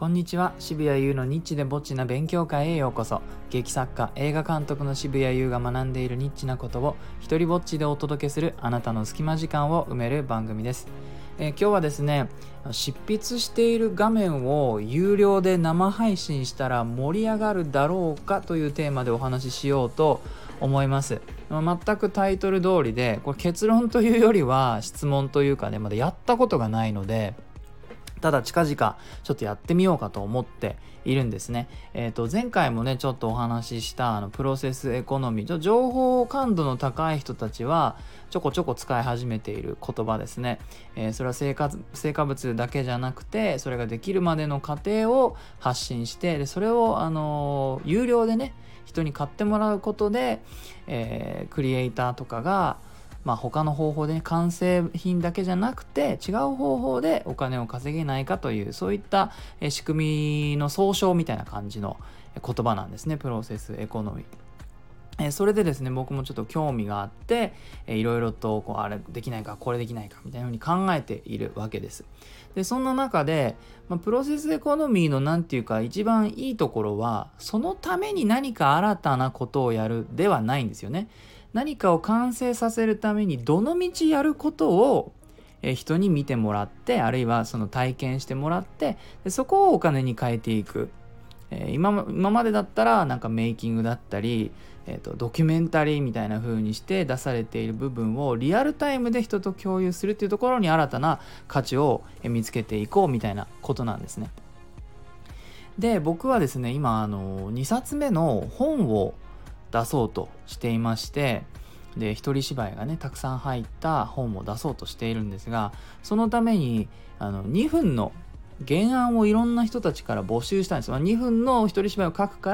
こんにちは。渋谷優のニッチでぼっちな勉強会へようこそ。劇作家、映画監督の渋谷優が学んでいるニッチなことを一人ぼっちでお届けするあなたの隙間時間を埋める番組です。今日はですね、執筆している画面を有料で生配信したら盛り上がるだろうかというテーマでお話ししようと思います。全くタイトル通りで、これ結論というよりは質問というかね、まだやったことがないので、ただ近々ちょっとやってみようかと思っているんですね。前回もねちょっとお話ししたプロセスエコノミー、情報感度の高い人たちはちょこちょこ使い始めている言葉ですね。それは成果物だけじゃなくて、それができるまでの過程を発信して、でそれを有料でね人に買ってもらうことで、クリエイターとかが他の方法で、完成品だけじゃなくて違う方法でお金を稼げないかという、そういった仕組みの総称みたいな感じの言葉なんですね、プロセスエコノミー。それでですね、僕もちょっと興味があっていろいろとあれできないかこれできないかみたいな風に考えているわけです。でそんな中で、プロセスエコノミーのなんていうか一番いいところは、そのために何か新たなことをやるではないんですよね。何かを完成させるためにどの道やることを人に見てもらって、あるいはその体験してもらって、でそこをお金に変えていく。今までだったらなんかメイキングだったり、ドキュメンタリーみたいな風にして出されている部分をリアルタイムで人と共有するっていうところに新たな価値を見つけていこうみたいなことなんですね。で僕はですね、今2冊目の本を出そうとしていまして、で一人芝居がねたくさん入った本を出そうとしているんですが、そのために2分の原案をいろんな人たちから募集したんです。2分の一人芝居を書くから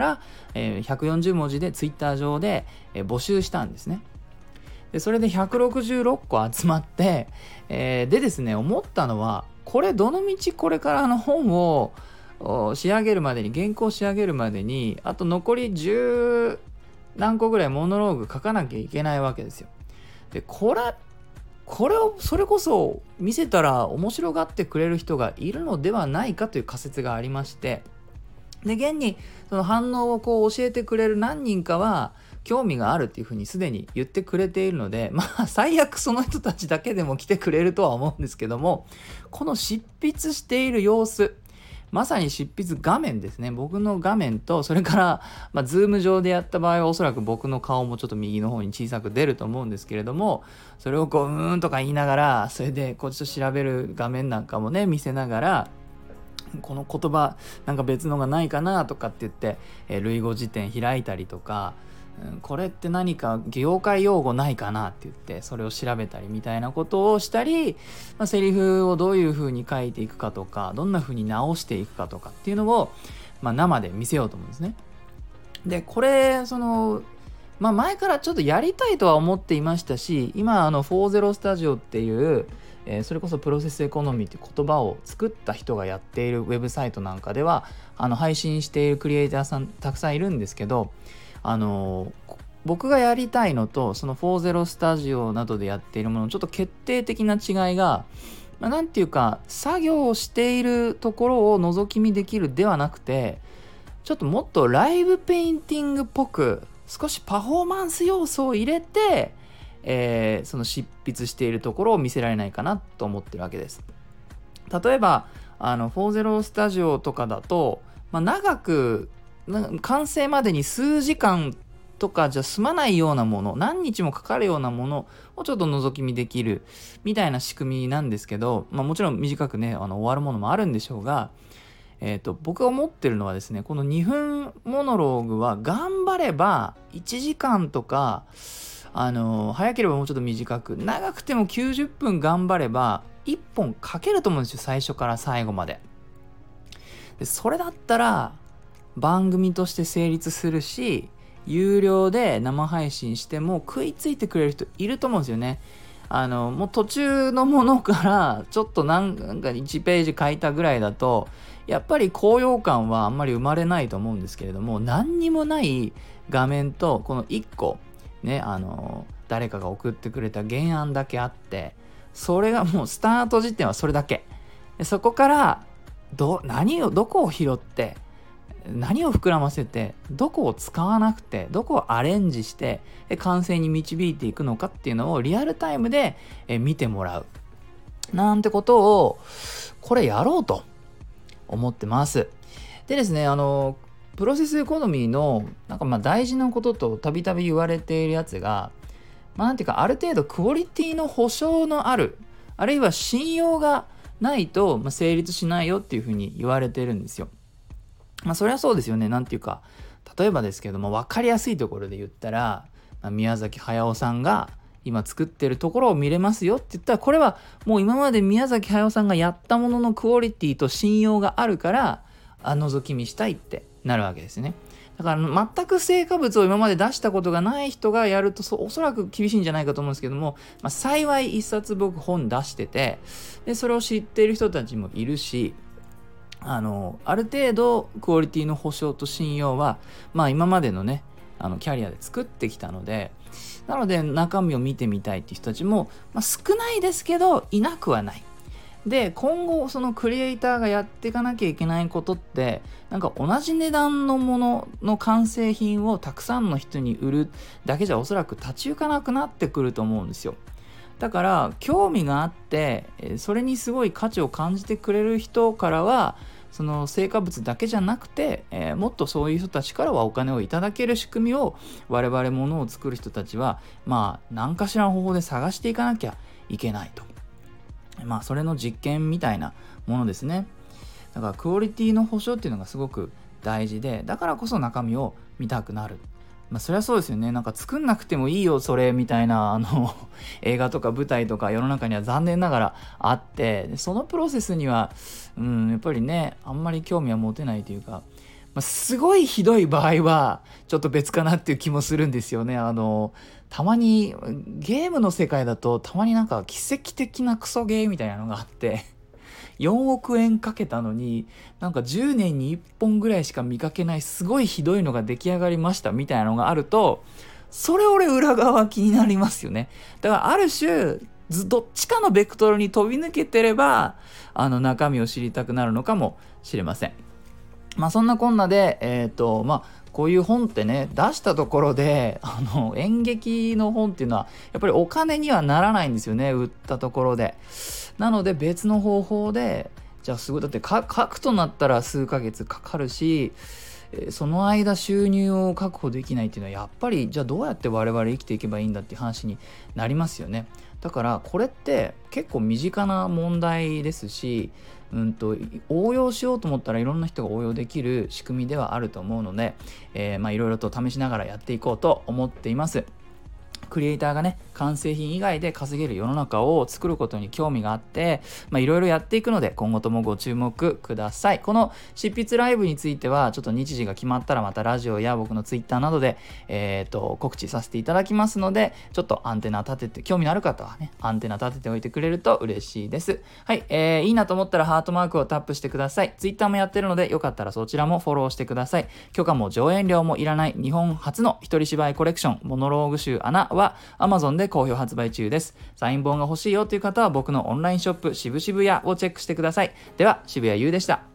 、140文字でツイッター上で、募集したんですね。でそれで166個集まって、でですね、思ったのは、これどのみちこれから本を仕上げるまでに、原稿を仕上げるまでにあと残り10何個ぐらいモノローグ書かなきゃいけないわけですよ。でこれをそれこそ見せたら面白がってくれる人がいるのではないかという仮説がありまして、で現にその反応を教えてくれる何人かは興味があるっていうふうにすでに言ってくれているので、最悪その人たちだけでも来てくれるとは思うんですけども、この執筆している様子、まさに執筆画面ですね。僕の画面と、それから、ズーム上でやった場合はおそらく僕の顔もちょっと右の方に小さく出ると思うんですけれども、それをうーんとか言いながら、それでちょっと調べる画面なんかもね見せながら、この言葉なんか別のがないかなとかって言って、類語辞典開いたりとか、これって何か業界用語ないかなって言ってそれを調べたりみたいなことをしたり、セリフをどういう風に書いていくかとか、どんな風に直していくかとかっていうのを、生で見せようと思うんですね。でこれ前からちょっとやりたいとは思っていましたし、今40スタジオっていう、それこそプロセスエコノミーっていう言葉を作った人がやっているウェブサイトなんかでは配信しているクリエイターさんたくさんいるんですけど、僕がやりたいのとその40スタジオなどでやっているもののちょっと決定的な違いが、なんていうか作業をしているところを覗き見できるではなくて、ちょっともっとライブペインティングっぽく少しパフォーマンス要素を入れて、その執筆しているところを見せられないかなと思ってるわけです。例えば40スタジオとかだと、長く完成までに数時間とかじゃ済まないようなもの、何日もかかるようなものをちょっと覗き見できるみたいな仕組みなんですけど、もちろん短くね終わるものもあるんでしょうが、僕が思ってるのはですね、この2分モノローグは頑張れば1時間とか、早ければもうちょっと短く、長くても90分頑張れば1本書けると思うんですよ、最初から最後まで。でそれだったら番組として成立するし、有料で生配信しても食いついてくれる人いると思うんですよね。もう途中のものからちょっとなんか1ページ書いたぐらいだとやっぱり高揚感はあんまり生まれないと思うんですけれども、何にもない画面とこの1個ね、誰かが送ってくれた原案だけあって、それがもうスタート時点はそれだけで、そこからどこを拾って何を膨らませてどこを使わなくてどこをアレンジして完成に導いていくのかっていうのをリアルタイムで見てもらうなんてことをこれやろうと思ってます。でですね、プロセスエコノミーのなんか大事なこととたびたび言われているやつが、なんていうかある程度クオリティの保証のある、あるいは信用がないと成立しないよっていうふうに言われてるんですよ。それはそうですよね。なんていうか、例えばですけども分かりやすいところで言ったら、宮崎駿さんが今作ってるところを見れますよって言ったら、これはもう今まで宮崎駿さんがやったもののクオリティと信用があるから覗き見したいってなるわけですね。だから全く成果物を今まで出したことがない人がやるとおそらく厳しいんじゃないかと思うんですけども、幸い一冊僕本出してて、でそれを知っている人たちもいるし、ある程度クオリティの保証と信用は今までのねキャリアで作ってきたので、なので中身を見てみたいっていう人たちも、少ないですけどいなくはない。で今後そのクリエイターがやっていかなきゃいけないことって、なんか同じ値段のものの完成品をたくさんの人に売るだけじゃおそらく立ち行かなくなってくると思うんですよ。だから興味があってそれにすごい価値を感じてくれる人からはその成果物だけじゃなくて、もっとそういう人たちからはお金をいただける仕組みを我々ものを作る人たちは何かしらの方法で探していかなきゃいけないと。それの実験みたいなものですね。だからクオリティの保証っていうのがすごく大事で、だからこそ中身を見たくなる。そりゃそうですよね。なんか作んなくてもいいよそれみたいな映画とか舞台とか世の中には残念ながらあって、そのプロセスにはやっぱりねあんまり興味は持てないというか、すごいひどい場合はちょっと別かなっていう気もするんですよね。たまにゲームの世界だとたまになんか奇跡的なクソゲーみたいなのがあって4億円かけたのになんか10年に1本ぐらいしか見かけないすごいひどいのが出来上がりましたみたいなのがあると、それ俺裏側気になりますよね。だからある種どっちかのベクトルに飛び抜けてれば中身を知りたくなるのかもしれません。そんなこんなでこういう本ってね出したところで演劇の本っていうのはやっぱりお金にはならないんですよね、売ったところで。なので別の方法で、じゃあすごいだって書くとなったら数ヶ月かかるし、その間収入を確保できないっていうのはやっぱりじゃあどうやって我々生きていけばいいんだっていう話になりますよね。だからこれって結構身近な問題ですし、応用しようと思ったらいろんな人が応用できる仕組みではあると思うので、いろいろと試しながらやっていこうと思っています。クリエイターがね完成品以外で稼げる世の中を作ることに興味があっていろいろやっていくので今後ともご注目ください。この執筆ライブについてはちょっと日時が決まったらまたラジオや僕のツイッターなどで、告知させていただきますので、ちょっとアンテナ立てて興味のある方はねアンテナ立てておいてくれると嬉しいです。はい、いいなと思ったらハートマークをタップしてください。ツイッターもやってるのでよかったらそちらもフォローしてください。許可も上演料もいらない日本初の一人芝居コレクションモノローグ集穴はAmazon で好評発売中です。サイン本が欲しいよという方は僕のオンラインショップ渋々屋をチェックしてください。では渋谷優でした。